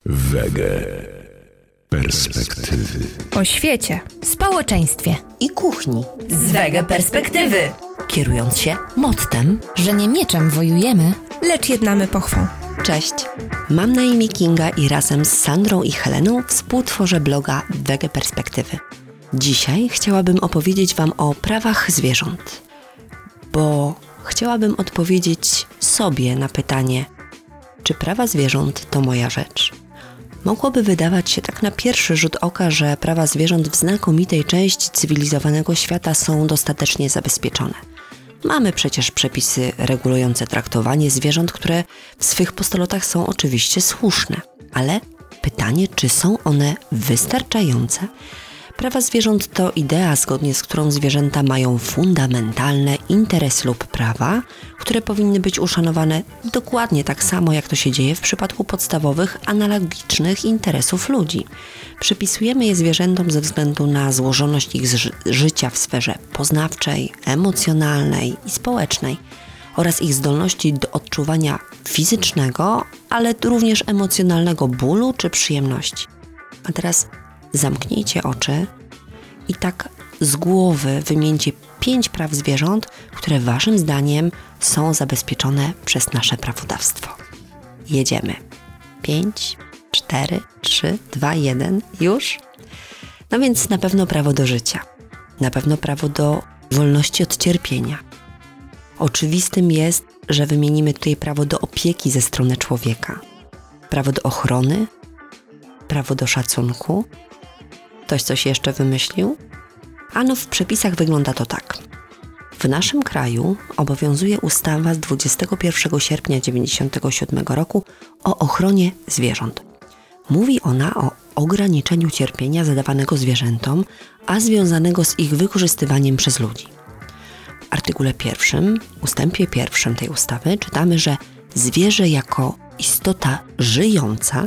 Wege Perspektywy. O świecie, społeczeństwie i kuchni z Wege Perspektywy. Kierując się mottem, że nie mieczem wojujemy, lecz jednamy pochwą. Cześć, mam na imię Kinga i razem z Sandrą i Heleną współtworzę bloga Wege Perspektywy. Dzisiaj chciałabym opowiedzieć Wam o prawach zwierząt, bo chciałabym odpowiedzieć sobie na pytanie, czy prawa zwierząt to moja rzecz? Mogłoby wydawać się tak na pierwszy rzut oka, że prawa zwierząt w znakomitej części cywilizowanego świata są dostatecznie zabezpieczone. Mamy przecież przepisy regulujące traktowanie zwierząt, które w swych postulatach są oczywiście słuszne. Ale pytanie, czy są one wystarczające? Prawa zwierząt to idea, zgodnie z którą zwierzęta mają fundamentalne interesy lub prawa, które powinny być uszanowane dokładnie tak samo, jak to się dzieje w przypadku podstawowych, analogicznych interesów ludzi. Przypisujemy je zwierzętom ze względu na złożoność ich życia w sferze poznawczej, emocjonalnej i społecznej oraz ich zdolności do odczuwania fizycznego, ale również emocjonalnego bólu czy przyjemności. A teraz zamknijcie oczy i tak z głowy wymieńcie 5 praw zwierząt, które waszym zdaniem są zabezpieczone przez nasze prawodawstwo. Jedziemy. 5, 4, 3, 2, 1. Już? No więc na pewno prawo do życia. Na pewno prawo do wolności od cierpienia. Oczywistym jest, że wymienimy tutaj prawo do opieki ze strony człowieka. Prawo do ochrony. Prawo do szacunku. Ktoś coś jeszcze wymyślił? Ano w przepisach wygląda to tak. W naszym kraju obowiązuje ustawa z 21 sierpnia 1997 roku o ochronie zwierząt. Mówi ona o ograniczeniu cierpienia zadawanego zwierzętom, a związanego z ich wykorzystywaniem przez ludzi. W artykule 1, ustępie 1 tej ustawy czytamy, że zwierzę jako istota żyjąca,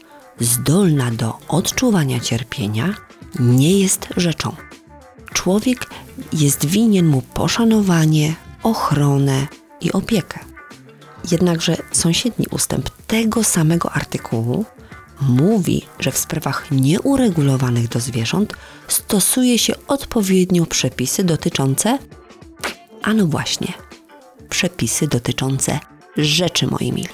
zdolna do odczuwania cierpienia, nie jest rzeczą. Człowiek jest winien mu poszanowanie, ochronę i opiekę. Jednakże sąsiedni ustęp tego samego artykułu mówi, że w sprawach nieuregulowanych do zwierząt stosuje się odpowiednio przepisy dotyczące, a no właśnie, przepisy dotyczące rzeczy, moi mili.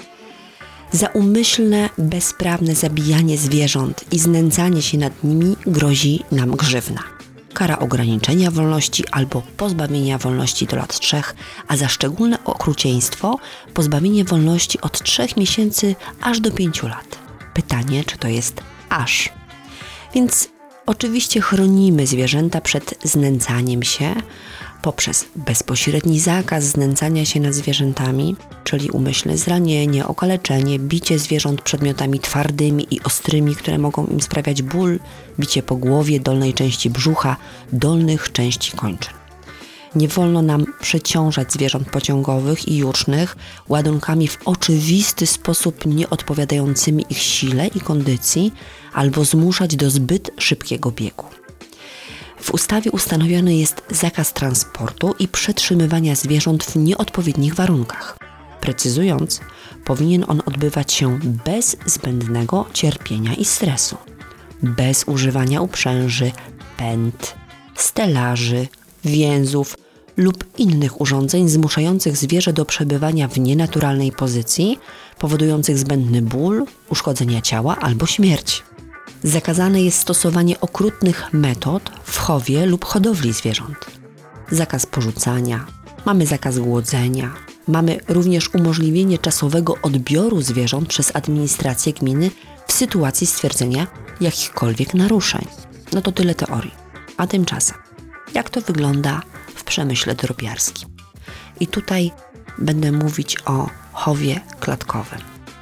Za umyślne, bezprawne zabijanie zwierząt i znęcanie się nad nimi grozi nam grzywna. Kara ograniczenia wolności albo pozbawienia wolności do lat 3, a za szczególne okrucieństwo pozbawienie wolności od 3 miesięcy aż do 5 lat. Pytanie, czy to jest aż. Więc oczywiście chronimy zwierzęta przed znęcaniem się poprzez bezpośredni zakaz znęcania się nad zwierzętami, czyli umyślne zranienie, okaleczenie, bicie zwierząt przedmiotami twardymi i ostrymi, które mogą im sprawiać ból, bicie po głowie, dolnej części brzucha, dolnych części kończyn. Nie wolno nam przeciążać zwierząt pociągowych i jucznych ładunkami w oczywisty sposób nieodpowiadającymi ich sile i kondycji albo zmuszać do zbyt szybkiego biegu. W ustawie ustanowiony jest zakaz transportu i przetrzymywania zwierząt w nieodpowiednich warunkach. Precyzując, powinien on odbywać się bez zbędnego cierpienia i stresu, bez używania uprzęży, pęd, stelaży, więzów lub innych urządzeń zmuszających zwierzę do przebywania w nienaturalnej pozycji, powodujących zbędny ból, uszkodzenia ciała albo śmierć. Zakazane jest stosowanie okrutnych metod w chowie lub hodowli zwierząt. Zakaz porzucania, mamy zakaz głodzenia, mamy również umożliwienie czasowego odbioru zwierząt przez administrację gminy w sytuacji stwierdzenia jakichkolwiek naruszeń. No to tyle teorii. A tymczasem, jak to wygląda w przemyśle drobiarskim? I tutaj będę mówić o chowie klatkowym.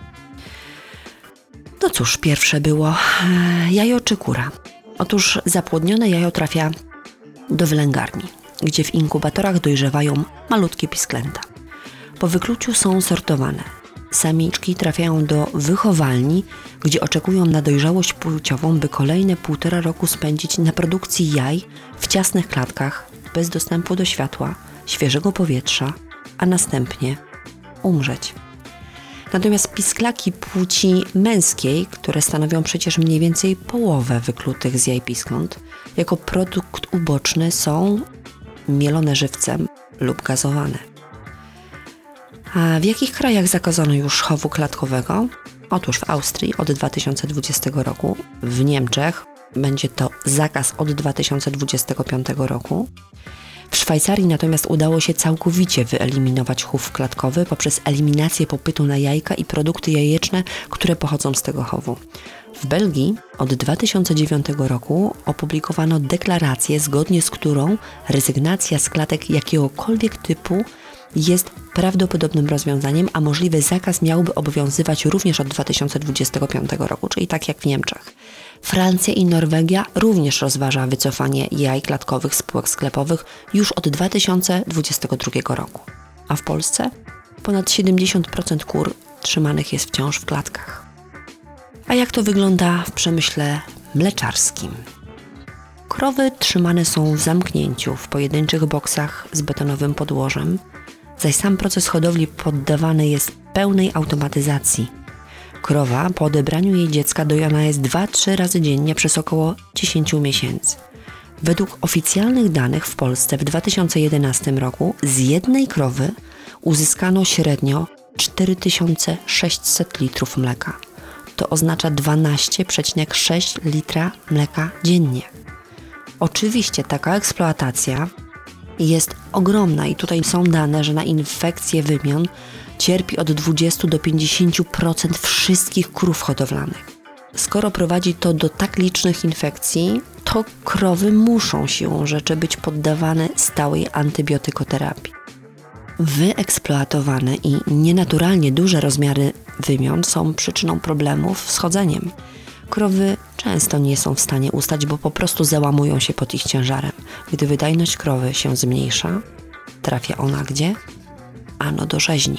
No cóż, pierwsze było jajo czy kura. Otóż zapłodnione jajo trafia do wylęgarni, gdzie w inkubatorach dojrzewają malutkie pisklęta. Po wykluciu są sortowane. Samiczki trafiają do wychowalni, gdzie oczekują na dojrzałość płciową, by kolejne 1,5 roku spędzić na produkcji jaj w ciasnych klatkach, bez dostępu do światła, świeżego powietrza, a następnie umrzeć. Natomiast pisklaki płci męskiej, które stanowią przecież mniej więcej połowę wyklutych z jaj piskląt, jako produkt uboczny są mielone żywcem lub gazowane. A w jakich krajach zakazano już chowu klatkowego? Otóż w Austrii od 2020 roku, w Niemczech będzie to zakaz od 2025 roku. W Szwajcarii natomiast udało się całkowicie wyeliminować chów klatkowy poprzez eliminację popytu na jajka i produkty jajeczne, które pochodzą z tego chowu. W Belgii od 2009 roku opublikowano deklarację, zgodnie z którą rezygnacja z klatek jakiegokolwiek typu jest prawdopodobnym rozwiązaniem, a możliwy zakaz miałby obowiązywać również od 2025 roku, czyli tak jak w Niemczech. Francja i Norwegia również rozważa wycofanie jaj klatkowych z spółek sklepowych już od 2022 roku. A w Polsce ponad 70% kur trzymanych jest wciąż w klatkach. A jak to wygląda w przemyśle mleczarskim? Krowy trzymane są w zamknięciu w pojedynczych boksach z betonowym podłożem, zaś sam proces hodowli poddawany jest pełnej automatyzacji. Krowa po odebraniu jej dziecka dojona jest 2-3 razy dziennie przez około 10 miesięcy. Według oficjalnych danych w Polsce w 2011 roku z jednej krowy uzyskano średnio 4600 litrów mleka. To oznacza 12,6 litra mleka dziennie. Oczywiście taka eksploatacja jest ogromna i tutaj są dane, że na infekcje wymion cierpi od 20 do 50% wszystkich krów hodowlanych. Skoro prowadzi to do tak licznych infekcji, to krowy muszą siłą rzeczy być poddawane stałej antybiotykoterapii. Wyeksploatowane i nienaturalnie duże rozmiary wymion są przyczyną problemów z chodzeniem. Krowy często nie są w stanie ustać, bo po prostu załamują się pod ich ciężarem. Gdy wydajność krowy się zmniejsza, trafia ona gdzie? Ano do rzeźni.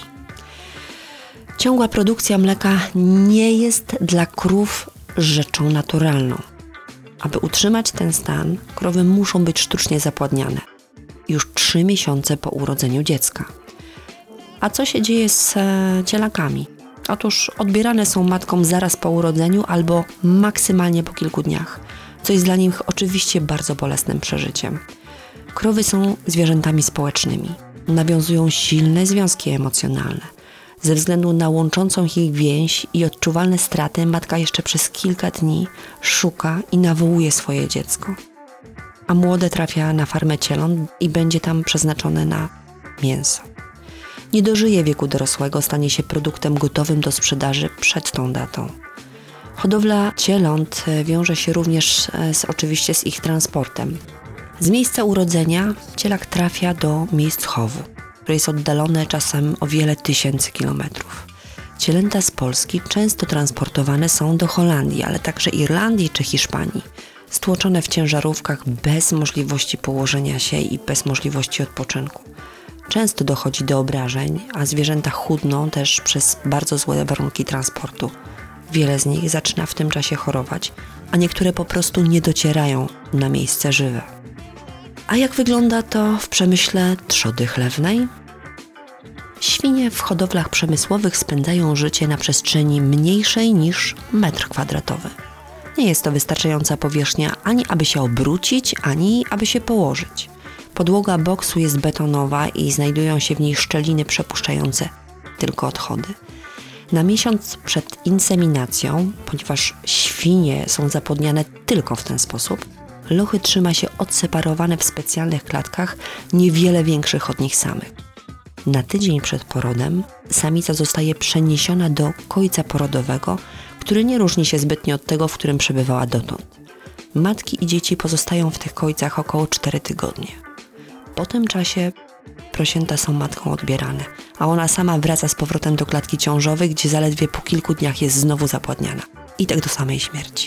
Ciągła produkcja mleka nie jest dla krów rzeczą naturalną. Aby utrzymać ten stan, krowy muszą być sztucznie zapładniane już 3 miesiące po urodzeniu dziecka. A co się dzieje z cielakami? Otóż odbierane są matkom zaraz po urodzeniu albo maksymalnie po kilku dniach, co jest dla nich oczywiście bardzo bolesnym przeżyciem. Krowy są zwierzętami społecznymi. Nawiązują silne związki emocjonalne. Ze względu na łączącą ich więź i odczuwalne straty, matka jeszcze przez kilka dni szuka i nawołuje swoje dziecko. A młode trafia na farmę cieląt i będzie tam przeznaczone na mięso. Nie dożyje wieku dorosłego, stanie się produktem gotowym do sprzedaży przed tą datą. Hodowla cieląt wiąże się również oczywiście z ich transportem. Z miejsca urodzenia cielak trafia do miejsc chowu, które jest oddalone czasem o wiele tysięcy kilometrów. Cielęta z Polski często transportowane są do Holandii, ale także Irlandii czy Hiszpanii, stłoczone w ciężarówkach bez możliwości położenia się i bez możliwości odpoczynku. Często dochodzi do obrażeń, a zwierzęta chudną też przez bardzo złe warunki transportu. Wiele z nich zaczyna w tym czasie chorować, a niektóre po prostu nie docierają na miejsce żywe. A jak wygląda to w przemyśle trzody chlewnej? Świnie w hodowlach przemysłowych spędzają życie na przestrzeni mniejszej niż metr kwadratowy. Nie jest to wystarczająca powierzchnia ani aby się obrócić, ani aby się położyć. Podłoga boksu jest betonowa i znajdują się w niej szczeliny przepuszczające tylko odchody. Na miesiąc przed inseminacją, ponieważ świnie są zapłodniane tylko w ten sposób, lochy trzyma się odseparowane w specjalnych klatkach, niewiele większych od nich samych. Na tydzień przed porodem samica zostaje przeniesiona do kojca porodowego, który nie różni się zbytnio od tego, w którym przebywała dotąd. Matki i dzieci pozostają w tych kojcach około 4 tygodnie. Po tym czasie prosięta są matką odbierane, a ona sama wraca z powrotem do klatki ciążowej, gdzie zaledwie po kilku dniach jest znowu zapładniana. I tak do samej śmierci.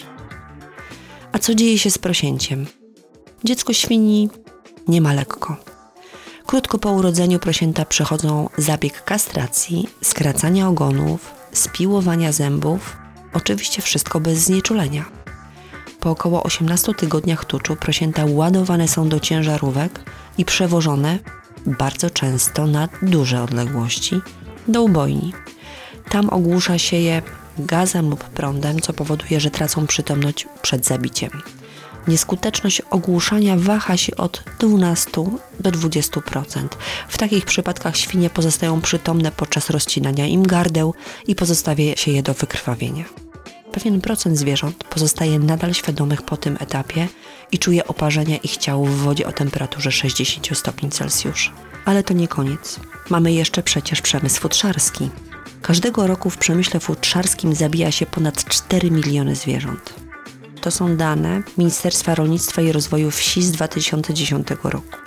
A co dzieje się z prosięciem? Dziecko świni nie ma lekko. Krótko po urodzeniu prosięta przechodzą zabieg kastracji, skracania ogonów, spiłowania zębów, oczywiście wszystko bez znieczulenia. Po około 18 tygodniach tuczu prosięta ładowane są do ciężarówek i przewożone, bardzo często na duże odległości, do ubojni. Tam ogłusza się je gazem lub prądem, co powoduje, że tracą przytomność przed zabiciem. Nieskuteczność ogłuszania waha się od 12 do 20%. W takich przypadkach świnie pozostają przytomne podczas rozcinania im gardeł i pozostawia się je do wykrwawienia. Pewien procent zwierząt pozostaje nadal świadomych po tym etapie i czuje oparzenia ich ciał w wodzie o temperaturze 60 stopni Celsjusza. Ale to nie koniec. Mamy jeszcze przecież przemysł futrzarski. Każdego roku w przemyśle futrzarskim zabija się ponad 4 miliony zwierząt. To są dane Ministerstwa Rolnictwa i Rozwoju Wsi z 2010 roku.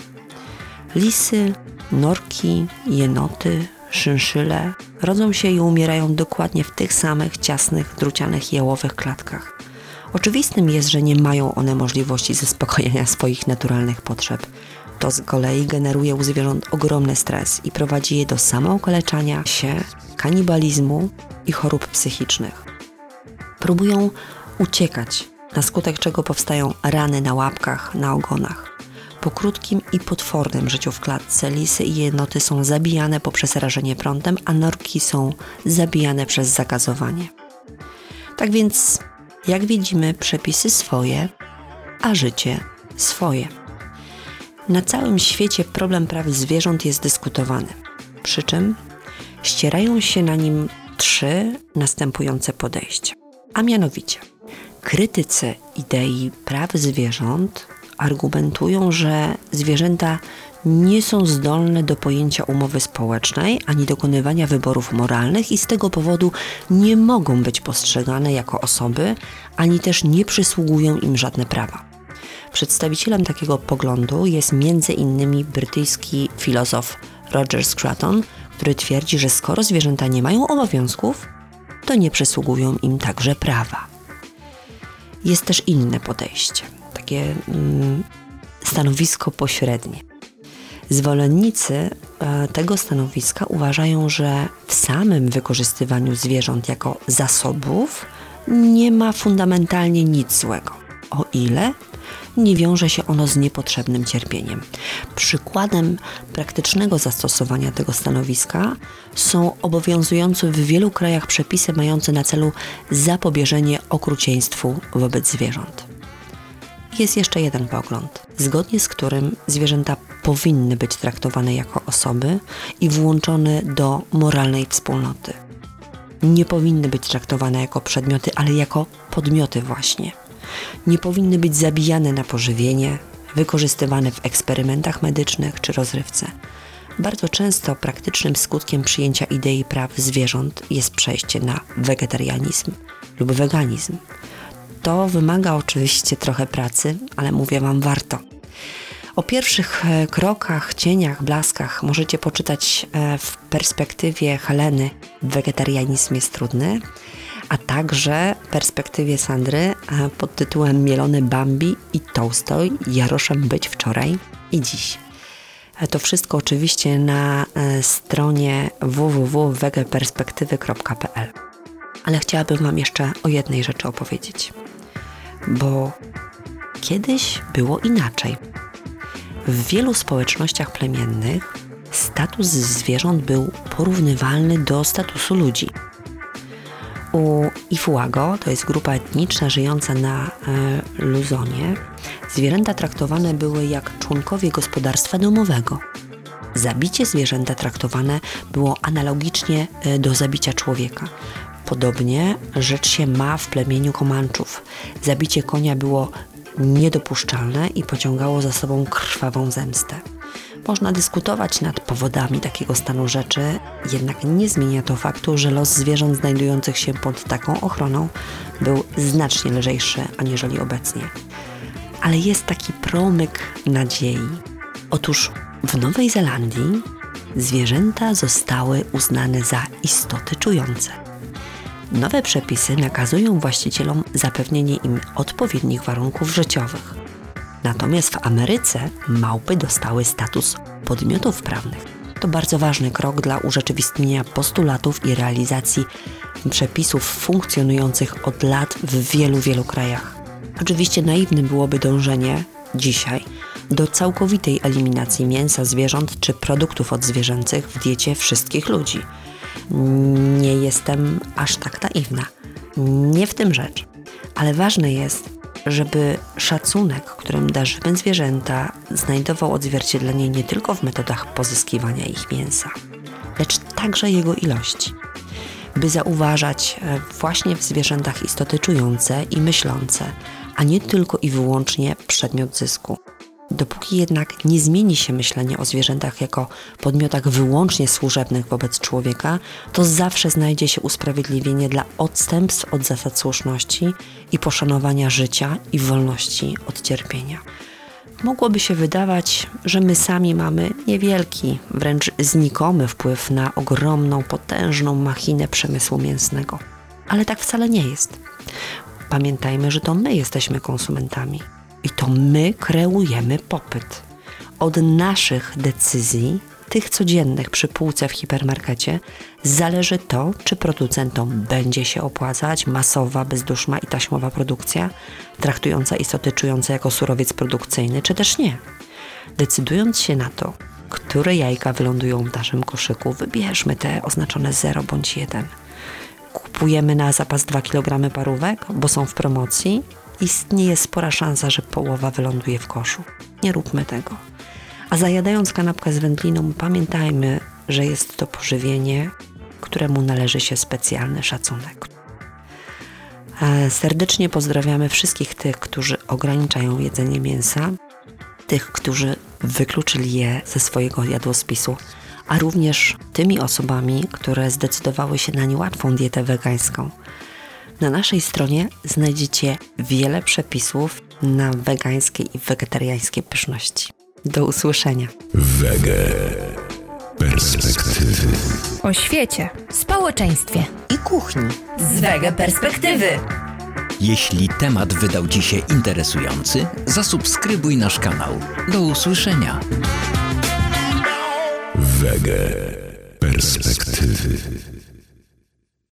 Lisy, norki, jenoty, szynszyle rodzą się i umierają dokładnie w tych samych ciasnych, drucianych, jałowych klatkach. Oczywistym jest, że nie mają one możliwości zaspokojenia swoich naturalnych potrzeb. To z kolei generuje u zwierząt ogromny stres i prowadzi je do samookaleczania się, kanibalizmu i chorób psychicznych. Próbują uciekać, na skutek czego powstają rany na łapkach, na ogonach. Po krótkim i potwornym życiu w klatce lisy i jenoty są zabijane poprzez rażenie prądem, a norki są zabijane przez zagazowanie. Tak więc, jak widzimy, przepisy swoje, a życie swoje. Na całym świecie problem praw zwierząt jest dyskutowany, przy czym ścierają się na nim 3 następujące podejścia. A mianowicie, krytycy idei praw zwierząt argumentują, że zwierzęta nie są zdolne do pojęcia umowy społecznej ani dokonywania wyborów moralnych i z tego powodu nie mogą być postrzegane jako osoby, ani też nie przysługują im żadne prawa. Przedstawicielem takiego poglądu jest m.in. brytyjski filozof Roger Scruton, który twierdzi, że skoro zwierzęta nie mają obowiązków, to nie przysługują im także prawa. Jest też inne podejście, takie stanowisko pośrednie. Zwolennicy tego stanowiska uważają, że w samym wykorzystywaniu zwierząt jako zasobów nie ma fundamentalnie nic złego, o ile nie wiąże się ono z niepotrzebnym cierpieniem. Przykładem praktycznego zastosowania tego stanowiska są obowiązujące w wielu krajach przepisy mające na celu zapobieżenie okrucieństwu wobec zwierząt. Jest jeszcze jeden pogląd, zgodnie z którym zwierzęta powinny być traktowane jako osoby i włączone do moralnej wspólnoty. Nie powinny być traktowane jako przedmioty, ale jako podmioty właśnie. Nie powinny być zabijane na pożywienie, wykorzystywane w eksperymentach medycznych czy rozrywce. Bardzo często praktycznym skutkiem przyjęcia idei praw zwierząt jest przejście na wegetarianizm lub weganizm. To wymaga oczywiście trochę pracy, ale mówię Wam, warto. O pierwszych krokach, cieniach, blaskach możecie poczytać w perspektywie Heleny Wegetarianizm jest trudny, a także w perspektywie Sandry pod tytułem Mielony Bambi i Tołstoj Jaroszem być wczoraj i dziś. To wszystko oczywiście na stronie www.wegeperspektywy.pl. Ale chciałabym Wam jeszcze o jednej rzeczy opowiedzieć, bo kiedyś było inaczej. W wielu społecznościach plemiennych status zwierząt był porównywalny do statusu ludzi. U Ifuago, to jest grupa etniczna żyjąca na Luzonie, zwierzęta traktowane były jak członkowie gospodarstwa domowego. Zabicie zwierzęta traktowane było analogicznie do zabicia człowieka. Podobnie rzecz się ma w plemieniu Komanczów. Zabicie konia było niedopuszczalne i pociągało za sobą krwawą zemstę. Można dyskutować nad powodami takiego stanu rzeczy, jednak nie zmienia to faktu, że los zwierząt znajdujących się pod taką ochroną był znacznie lżejszy aniżeli obecnie. Ale jest taki promyk nadziei. Otóż w Nowej Zelandii zwierzęta zostały uznane za istoty czujące. Nowe przepisy nakazują właścicielom zapewnienie im odpowiednich warunków życiowych. Natomiast w Ameryce małpy dostały status podmiotów prawnych. To bardzo ważny krok dla urzeczywistnienia postulatów i realizacji przepisów funkcjonujących od lat w wielu krajach. Oczywiście naiwne byłoby dążenie dzisiaj do całkowitej eliminacji mięsa zwierząt czy produktów odzwierzęcych w diecie wszystkich ludzi. Nie jestem aż tak naiwna. Nie w tym rzecz. Ale ważne jest, żeby szacunek, którym darzymy zwierzęta, znajdował odzwierciedlenie nie tylko w metodach pozyskiwania ich mięsa, lecz także jego ilości. By zauważać właśnie w zwierzętach istoty czujące i myślące, a nie tylko i wyłącznie przedmiot zysku. Dopóki jednak nie zmieni się myślenie o zwierzętach jako podmiotach wyłącznie służebnych wobec człowieka, to zawsze znajdzie się usprawiedliwienie dla odstępstw od zasad słuszności i poszanowania życia i wolności od cierpienia. Mogłoby się wydawać, że my sami mamy niewielki, wręcz znikomy wpływ na ogromną, potężną machinę przemysłu mięsnego. Ale tak wcale nie jest. Pamiętajmy, że to my jesteśmy konsumentami. I to my kreujemy popyt. Od naszych decyzji, tych codziennych przy półce w hipermarkecie, zależy to, czy producentom będzie się opłacać masowa, bezduszna i taśmowa produkcja, traktująca istoty czujące jako surowiec produkcyjny, czy też nie. Decydując się na to, które jajka wylądują w naszym koszyku, wybierzmy te oznaczone 0 bądź 1. Kupujemy na zapas 2 kg parówek, bo są w promocji. Istnieje spora szansa, że połowa wyląduje w koszu. Nie róbmy tego. A zajadając kanapkę z wędliną, pamiętajmy, że jest to pożywienie, któremu należy się specjalny szacunek. Serdecznie pozdrawiamy wszystkich tych, którzy ograniczają jedzenie mięsa, tych, którzy wykluczyli je ze swojego jadłospisu, a również tymi osobami, które zdecydowały się na niełatwą dietę wegańską. Na naszej stronie znajdziecie wiele przepisów na wegańskie i wegetariańskie pyszności. Do usłyszenia. Wege Perspektywy. O świecie, Społeczeństwie I kuchni. z Wege Perspektywy. Jeśli temat wydał Ci się interesujący, zasubskrybuj nasz kanał. Do usłyszenia. Wege Perspektywy.